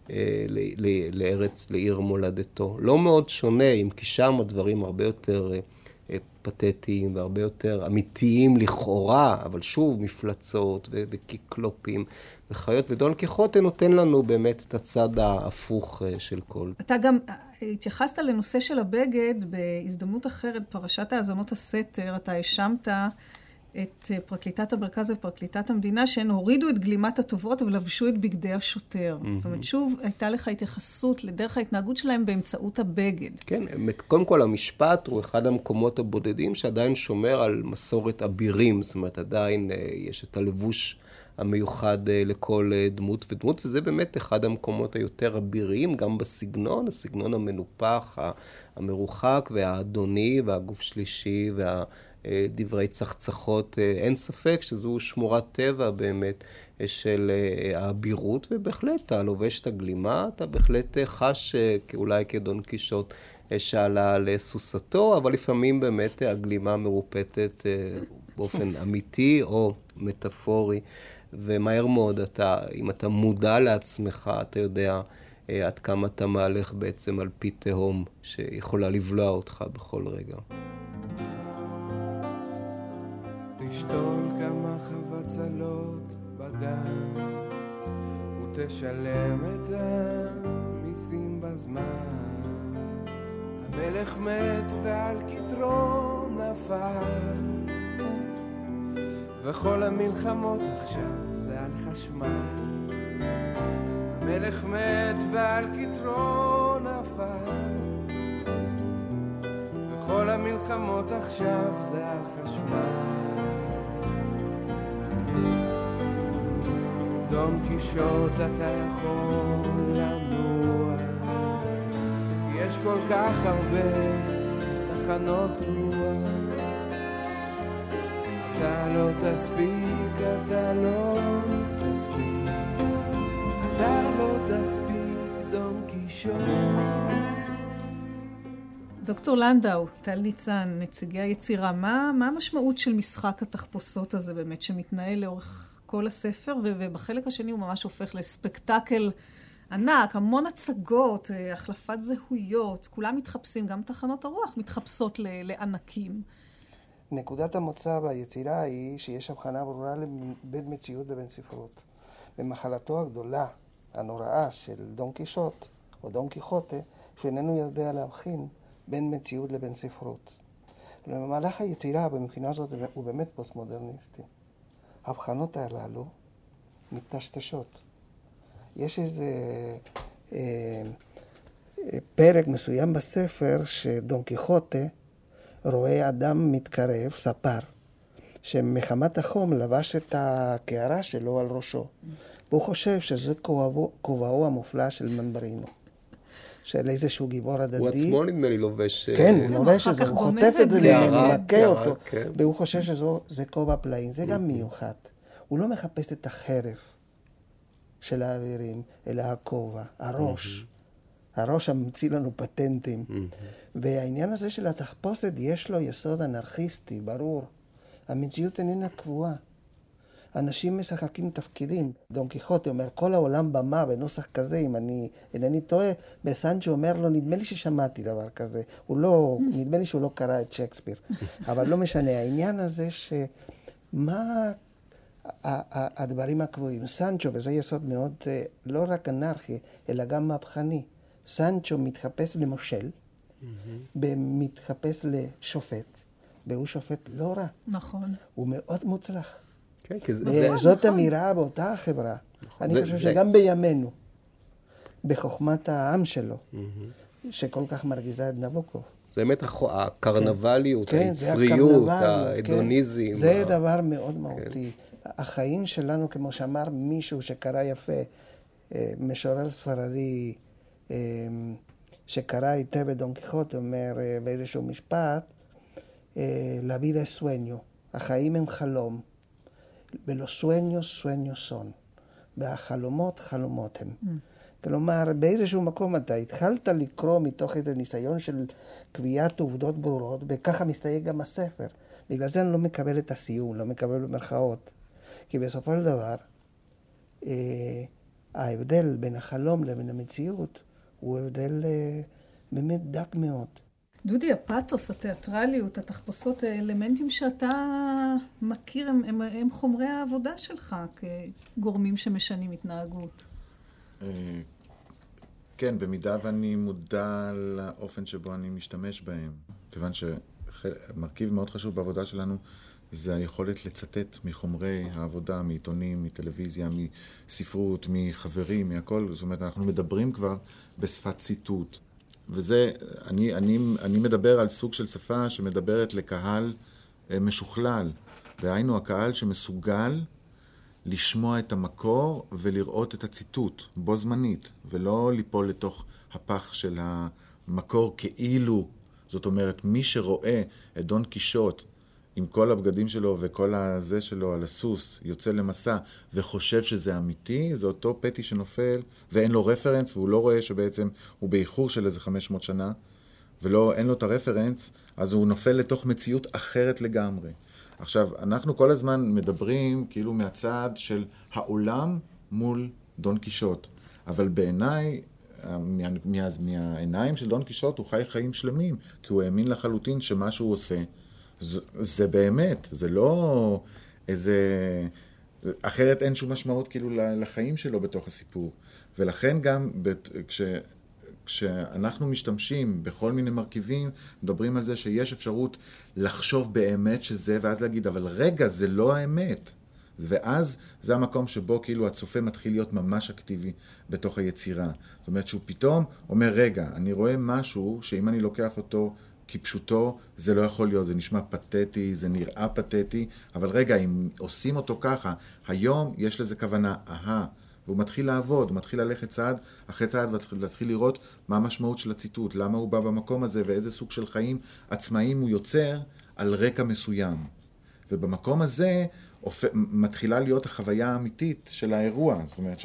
לארץ, לעיר מולדתו. לא מאוד שונה, אם כי שם הדברים הרבה יותר פתטיים והרבה יותר אמיתיים לכאורה, אבל שוב מפלצות וקיקלופים וחיות, ודון קיחוטה נותן לנו באמת את הצד ההפוך של כל. אתה גם התייחסת לנושא של הבגד בהזדמנות אחרת, פרשת האזנות הסתר, אתה האשמת את פרקליטת המרכז ופרקליטת המדינה, שהן הורידו את גלימת התובעות ולבשו את בגדי השוטר. זאת אומרת, שוב, הייתה לך התייחסות לדרך ההתנהגות שלהם באמצעות הבגד. כן, קודם כל המשפט הוא אחד המקומות הבודדים שעדיין שומר על מסורת אבירים, זאת אומרת, עדיין יש את הלבוש המיוחד לכל דמות ודמות, וזה באמת אחד המקומות היותר אביריים, גם בסגנון, הסגנון המנופח, המרוחק והאדוני והגוף שלישי דברי צחצחות. אין ספק שזו שמורת טבע באמת של האבירות, ובהחלט אתה לובש את הגלימה, אתה בהחלט חש אולי כדון קישוט שעלה לסוסתו, אבל לפעמים באמת הגלימה מרופטת באופן אמיתי או מטאפורי, ומהר מאוד אם אתה מודע לעצמך, אתה יודע עד כמה אתה מהלך בעצם על פי תהום שיכולה לבלוע אותך בכל רגע. תשתול כמה חבצלות בגן ותשלם את המיסים בזמן. המלך מת ועל כתרו נפל, וכל המלחמות עכשיו זה על חשמל. המלך מת ועל כתרו נפל, וכל המלחמות עכשיו זה על חשמל. דון קישוט אתה יכול לנוע, יש כל כך הרבה תחנות רוח. אתה לא תספיק, אתה לא תספיק, אתה לא תספיק, דון קישוט. דוקטור לנדאו, טל ניצן, נציגי היצירה, מה המשמעות של משחק התחפושות הזה באמת שמתנהל לאורך כל הספר, ובחלק השני הוא ממש הופך לספקטקל ענק, המון הצגות, החלפת זהויות, כולם מתחפשים, גם תחנות הרוח מתחפשות לענקים. נקודת המוצא ביצירה היא שיש הבחנה ברורה בין מציאות לבין ספרות. במחלתו הגדולה, הנוראה של דון קישוט, או דון קיחוטה, שאיננו יודע להבחין בין מציאות לבין ספרות. במהלך היצירה, במבחינה הזאת, הוא באמת פוסט-מודרניסטי. ההבחנות הללו מתשתשות. יש איזה פרק מסוים בספר שדון קיחוטה רואה אדם מתקרב, ספר, שמחמת החום לבש את הקערה שלו על ראשו. והוא חושב שזה כובעו המופלא של ממברינו. של איזשהו גיבור הדדי. הוא עצמו נדמה לי לובש... כן, הוא לובש את זה, הוא חוטף את זה, הוא מכה אותו. והוא חושב שזה כובע פלאים, זה גם מיוחד. הוא לא מחפש את החרב של האווירים, אלא הכובע, הראש. הראש המציא לנו פטנטים. והעניין הזה של התחפושת, יש לו יסוד אנרכיסטי, ברור. המציאות איננה קבועה. אנשים משחקים תפקידים. דון קיחוטה אומר, כל העולם במה בנוסח כזה, אם אינני טועה, בסנצ'ו אומר לו, נדמה לי ששמעתי דבר כזה. נדמה לי שהוא לא קרא את שייקספיר. אבל לא משנה, העניין הזה שמה הדברים הקבועים. סנצ'ו, וזה יסוד מאוד, לא רק אנרכי, אלא גם מהפכני. סנצ'ו מתחפש למושל, ומתחפש לשופט, והוא שופט לא רע. נכון. הוא מאוד מוצלח. כן, וזאת אמירה באותה החברה. אני חושב שגם בימינו, בחוכמת העם שלו, שכל כך מרגיזה את נבוקוב. זה באמת הקרנבליות, היצריות, ההדוניזם. זה דבר מאוד מהותי. החיים שלנו, כמו שאמר מישהו שקרא יפה, משורר ספרדי, שקרא היטב את דון קיחוטה, אומר באיזשהו משפט, La vida es sueño, החיים הם חלום, ולא sueños, sueños son. והחלומות, חלומות הם. כלומר, באיזשהו מקום אתה התחלת לקרוא מתוך איזה ניסיון של קביעת עובדות ברורות, וככה מסתייג גם הספר. בגלל זה אני לא מקבל את הסיום, לא מקבל במרכאות. כי בסופו של דבר, ההבדל בין החלום לבין המציאות הוא הבדל באמת דק מאוד. דודי, הפאתוס, התיאטרליות, התחפושות, האלמנטים שאתה מכיר, הם חומרי העבודה שלך כגורמים שמשנים התנהגות. כן, במידה ואני מודע לאופן שבו אני משתמש בהם. כיוון שמרכיב מאוד חשוב בעבודה שלנו זה היכולת לצטט מחומרי העבודה, מעיתונים, מטלוויזיה, מספרות, מחברים, מהכל. זאת אומרת, אנחנו מדברים כבר בשפת ציטוט. וזה, אני מדבר על סוג של שפה שמדברת לקהל משוכלל. והיינו הקהל שמסוגל לשמוע את המקור ולראות את הציטוט בו זמנית, ולא ליפול לתוך הפח של המקור כאילו. זאת אומרת, מי שרואה את דון קישוט עם כל הבגדים שלו וכל הזה שלו על הסוס, יוצא למסע וחושב שזה אמיתי, זה אותו פטי שנופל ואין לו רפרנס, והוא לא רואה שבעצם הוא באיחור של איזה 500 שנה, ואין לו את הרפרנס, אז הוא נופל לתוך מציאות אחרת לגמרי. עכשיו, אנחנו כל הזמן מדברים כאילו מהצד של העולם מול דון קישוט, אבל בעיניי, מהעיניים של דון קישוט הוא חי חיים שלמים, כי הוא האמין לחלוטין שמה שהוא עושה, זה באמת, זה לא איזה... אחרת אין שום משמעות כאילו לחיים שלו בתוך הסיפור. ולכן גם כשאנחנו משתמשים בכל מיני מרכיבים, מדברים על זה שיש אפשרות לחשוב באמת שזה, ואז להגיד, אבל רגע, זה לא האמת. ואז זה המקום שבו כאילו הצופה מתחיל להיות ממש אקטיבי בתוך היצירה. זאת אומרת שהוא פתאום אומר, רגע, אני רואה משהו שאם אני לוקח אותו כפשוטו, זה לא יכול להיות, זה נשמע פתטי, זה נראה פתטי, אבל רגע, אם עושים אותו ככה, היום יש לזה כוונה, והוא מתחיל לעבוד, הוא מתחיל ללכת צעד אחרי צעד, ולהתחיל לראות מה המשמעות של הציטוט, למה הוא בא במקום הזה, ואיזה סוג של חיים עצמאיים הוא יוצר על רקע מסוים. ובמקום הזה מתחילה להיות החוויה האמיתית של האירוע, זאת אומרת,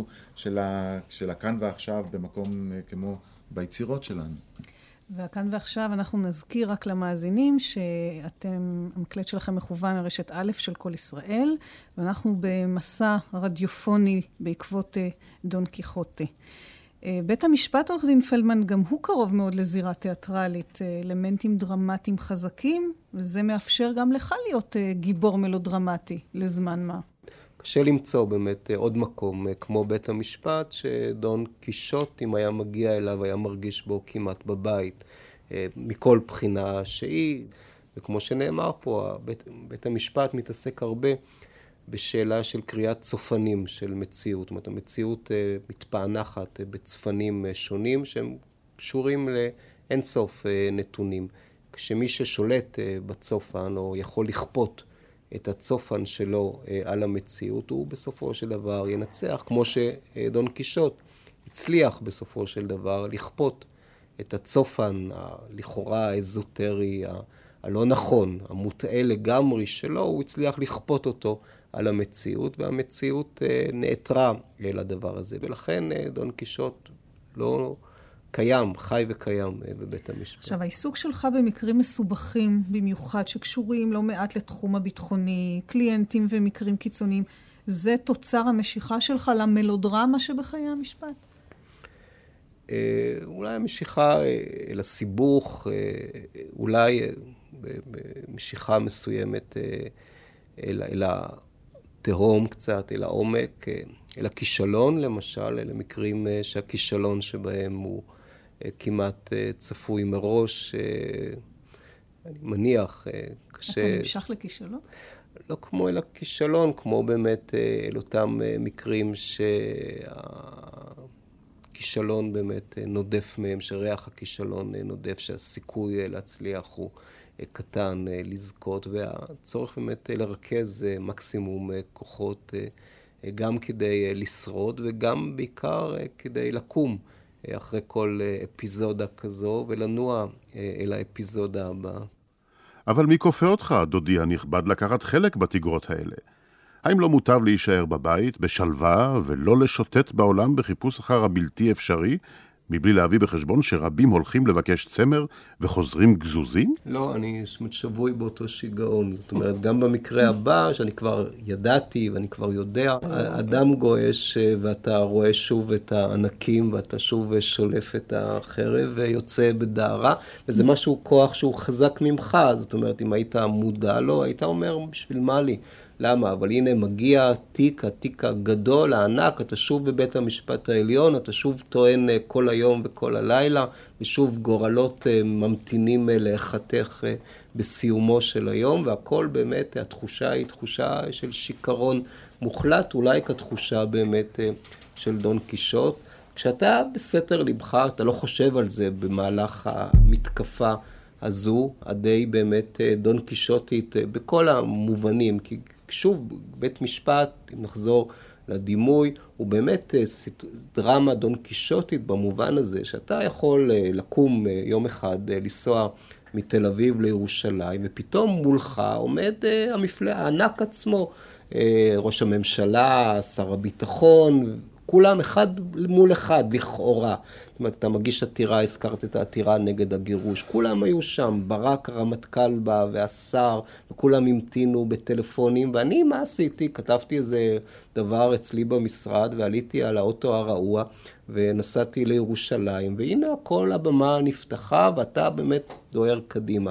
של הכאן ועכשיו במקום כמו ביצירות שלנו. וכאן ועכשיו אנחנו נזכיר רק למאזינים המקלט שלכם מכוון לרשת א' של כל ישראל, ואנחנו במסע רדיופוני בעקבות דון קיחוטה. בית המשפט עורך דין פלדמן גם הוא קרוב מאוד לזירה תיאטרלית, אלמנטים דרמטיים חזקים, וזה מאפשר גם לך להיות גיבור מלודרמטי לזמן מה. קשה למצוא באמת עוד מקום כמו בית המשפט, שדון קישוט, אם היה מגיע אליו, היה מרגיש בו כמעט בבית, מכל בחינה שהיא. וכמו שנאמר פה, בית המשפט מתעסק הרבה בשאלה של קריאת צופנים של מציאות. זאת אומרת, המציאות מתפענחת בצפנים שונים, שהם קשורים לאינסוף נתונים. כשמי ששולט בצופן, או יכול לכפות את הצופן שלו על המציאות, הוא בסופו של דבר ינצח, כמו שדון קישוט הצליח בסופו של דבר לכפות את הצופן לכאורה האזוטרי, הלא נכון, המוטעה לגמרי שלו, הוא הצליח לכפות אותו על המציאות, והמציאות נעתרה לדבר הזה. ולכן דון קישוט לא קיים, חי וקיים בבית המשפט. עכשיו, העיסוק שלך במקרים מסובכים, במיוחד שקשורים לא מעט לתחום הביטחוני, קליינטים ומקרים קיצוניים, זה תוצר המשיכה שלך למלודרמה שבחיי המשפט? אולי המשיכה לסיבוך, אולי במשיכה מסוימת אל לתהום קצת, אל העומק, אל הכישלון למשל, אלה מקרים שהכישלון שבהם הוא כמעט צפוי מראש, אני מניח, קשה... אתה נמשך לכישלון? לא כמו אל הכישלון, כמו באמת אל אותם מקרים שהכישלון באמת נודף מהם, שריח הכישלון נודף, שהסיכוי להצליח הוא קטן לזכות, והצורך באמת לרכז מקסימום כוחות גם כדי לשרוד וגם בעיקר כדי לקום אחרי כל אפיזודה כזו ולנוע אל האפיזודה הבאה. אבל מי כופה אותך, דודי הנכבד, לקחת חלק בתגרות האלה? האם לא מוטב להישאר בבית, בשלווה, ולא לשוטט בעולם בחיפוש אחר הבלתי אפשרי, מבלי להביא בחשבון שרבים הולכים לבקש צמר וחוזרים גזוזים? לא, אני שבוי באותו שיגעון. זאת אומרת, גם במקרה הבא, שאני כבר ידעתי ואני כבר יודע, אדם גועש ואתה רואה שוב את הענקים ואתה שוב שולף את החרב ויוצא בדהרה, וזה משהו כוח שהוא חזק ממך. זאת אומרת, אם היית מודע לו, היית אומר, בשביל מה לי? למה? אבל הנה מגיע התיק הגדול, הענק, אתה שוב בבית המשפט העליון, אתה שוב טוען כל היום וכל הלילה, ושוב גורלות ממתינים להיחתך בסיומו של היום, והכל באמת, התחושה היא תחושה של שיקרון מוחלט, אולי כתחושה באמת של דון קישוט. כשאתה בסתר לבך, אתה לא חושב על זה במהלך המתקפה הזו, עדי באמת דון קישוטית בכל המובנים, כי שוב, בית משפט, אם נחזור לדימוי, הוא באמת דרמה דון קישוטית במובן הזה, שאתה יכול לקום יום אחד, לנסוע מתל אביב לירושלים, ופתאום מולך עומד המפלא הענק עצמו, ראש הממשלה, שר הביטחון, כולם אחד מול אחד, לכאורה. זאת אומרת, אתה מגיש עתירה, הזכרת את העתירה נגד הגירוש, כולם היו שם, ברק הרמטכ"ל בא והשר, וכולם המתינו בטלפונים, ואני מה עשיתי? כתבתי איזה דבר אצלי במשרד, ועליתי על האוטו הרעוע, ונסעתי לירושלים, והנה כל הבמה נפתחה, ואתה באמת דוהר קדימה.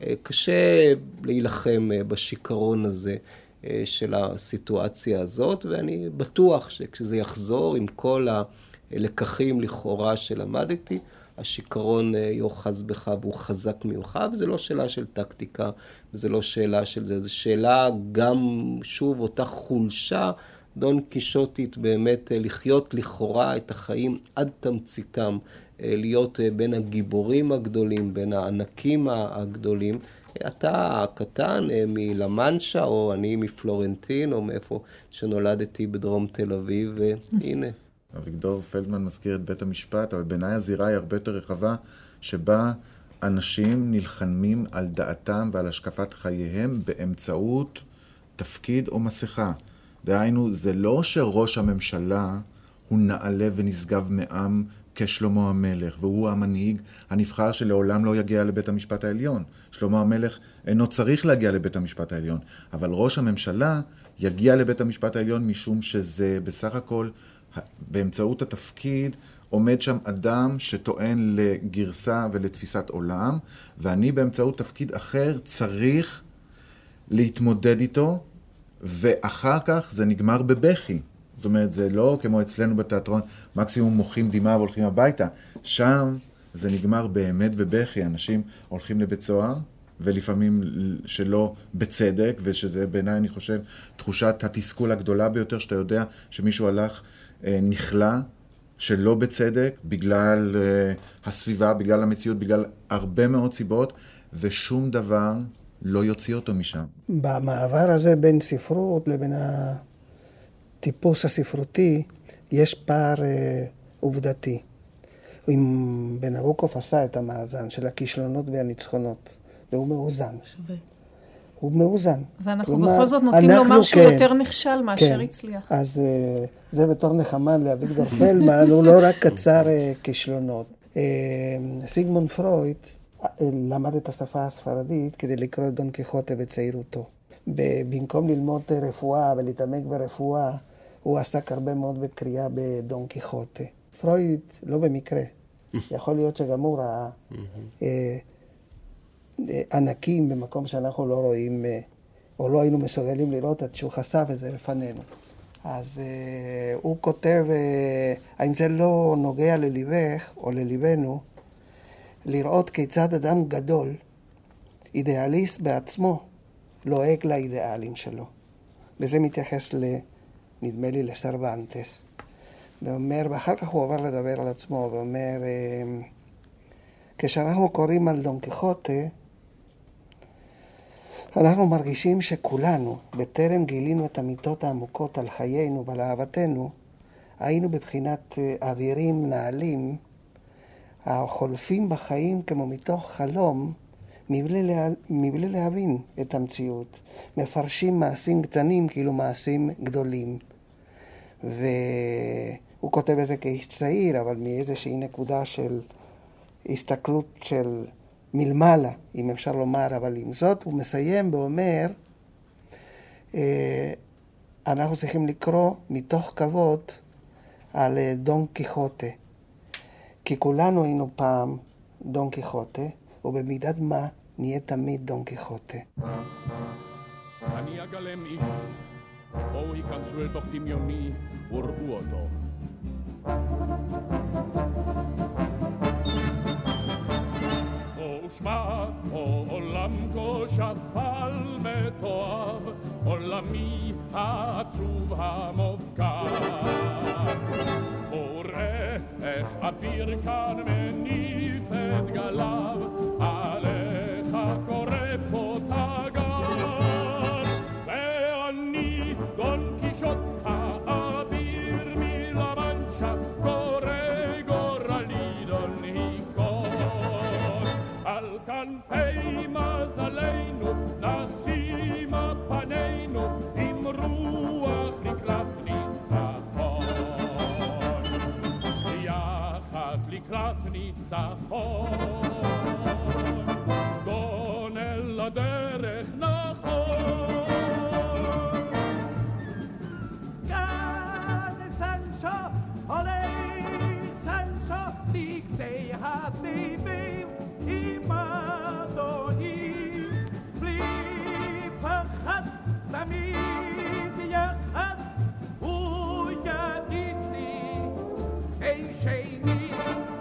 קשה להילחם בשיקרון הזה של הסיטואציה הזאת, ואני בטוח שכשזה יחזור עם כל הלקחים לכאורה שלמדתי, השיקרון יוחז בך והוא חזק ממך, וזה לא שאלה של טקטיקה, וזה לא שאלה של זה, זה שאלה גם, שוב, אותה חולשה דון קישוטית באמת לחיות לכאורה את החיים עד תמציתם, להיות בין הגיבורים הגדולים, בין הענקים הגדולים, אתה הקטן מלמנשה, או אני מפלורנטין, או מאיפה שנולדתי בדרום תל אביב, והנה. אביגדור פלדמן מזכיר את בית המשפט, אבל בעיניי הזירה היא הרבה יותר רחבה, שבה אנשים נלחמים על דעתם ועל השקפת חייהם באמצעות תפקיד או מסכה. דהיינו, זה לא שראש הממשלה הוא נעלה ונשגב מעם כשלמה המלך, והוא המנהיג הנבחר שלעולם לא יגיע לבית המשפט העליון. שלמה המלך אינו צריך להגיע לבית המשפט העליון, אבל ראש הממשלה יגיע לבית המשפט העליון משום שזה בסך הכל, באמצעות התפקיד, עומד שם אדם שטוען לגרסה ולתפיסת עולם, ואני באמצעות תפקיד אחר צריך להתמודד איתו, ואחר כך זה נגמר בבכי. זאת אומרת, זה לא כמו אצלנו בתיאטרון, מקסימום מוחים דמעה והולכים הביתה. שם זה נגמר באמת בבכי. אנשים הולכים לבית סוהר, ולפעמים שלא בצדק, ושזה בעיניי, אני חושב, תחושת התסכול הגדולה ביותר, שאתה יודע שמישהו הלך נכלה, שלא בצדק, בגלל הסביבה, בגלל המציאות, בגלל הרבה מאוד סיבות, ושום דבר לא יוציא אותו משם. במעבר הזה בין ספרות לבין הטיפוס הספרותי, יש פער עובדתי. אם בנבוקוב עשה את המאזן של הכישלונות והניצחונות, והוא מאוזן. שווה. הוא מאוזן. ואנחנו כלומר, בכל זאת נוטים לומר שהוא יותר נכשל מאשר הצליח. אז זה בתור נחמן לאביגדור פלדמן, הוא לא רק קצר כישלונות. סיגמונד פרויד למד את השפה הספרדית כדי לקרוא את דון קיחוטה בצעירותו. במקום ללמוד רפואה ולהתעמק ברפואה, הוא עסק הרבה מאוד בקריאה בדון קיחוטה. פרויד לא במקרה. יכול להיות שגם הוא ראה ענקים במקום שאנחנו לא רואים או לא היינו מסוגלים לראות את שהוא חשף את זה לפנינו. אז הוא כותב, האם זה לא נוגע לליבך או לליבנו, לראות כיצד אדם גדול, אידיאליסט בעצמו, לועג לאידיאלים שלו. וזה מתייחס נדמה לי לסרוונטס. ואומר, ואחר כך הוא עובר לדבר על עצמו, ואומר, כשאנחנו קוראים על דון קיחוטה, אנחנו מרגישים שכולנו, בטרם גילינו את המיטות העמוקות על חיינו ועל אהבתנו, היינו בבחינת אווירים נעלים, החולפים בחיים כמו מתוך חלום, מבלי להבין את המציאות. מפרשים מעשים קטנים כאילו מעשים גדולים. והוא כותב את זה כאיש צעיר, אבל מאיזושהי נקודה של הסתכלות של מלמעלה, אם אפשר לומר, אבל עם זאת הוא מסיים ואומר, אנחנו צריכים לקרוא מתוך כבוד על דון קיחוטה. כי כולנו היינו פעם דון קיחוטה, ובמידת מה נהיה תמיד דון קיחוטה. אני אגלם איש, בואו ייכנסו אל תוך דמיוני וראו אותו. ושמע, עולם כה שפל מתואב, עולמי העצוב המופקר. וראה איך אביר כאן מניף את גליו, עליך קורא פה תגר. ואני דון קישוט האביר מלמנצ'ה, קורא גורלי דון היקון. על כנפי מזלנו נשים פנינו, עם רוח לקראת ניצחון. יחד לקראת ניצחון, גון אל הדרך נכון. גד סנצ'ו, עולי סנצ'ו, לקצה הטבעים עם אדוני, בלי פחד תמיד יחד, הוא יגיד לי אי שני.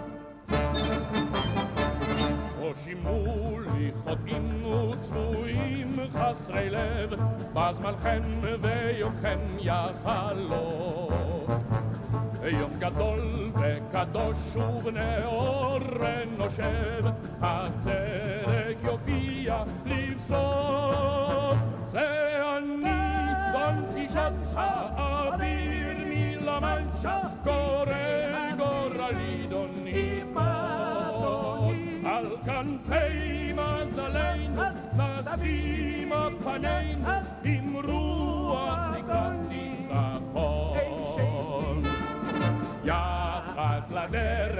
הושימו לי חוטאים וצבועים חסרי לב, בזמנכם ויומכם יחלוף. יום גדול וקדוש ובני אור נושב, הצדק יופיע לבסוף. זה אני דון קישוט האביר מלמנצ'ה, קורא גורלי דון היקון. על כנפי מזלנו נשים פנינו, עם רוח לקראת ניצחון. יחד לדרך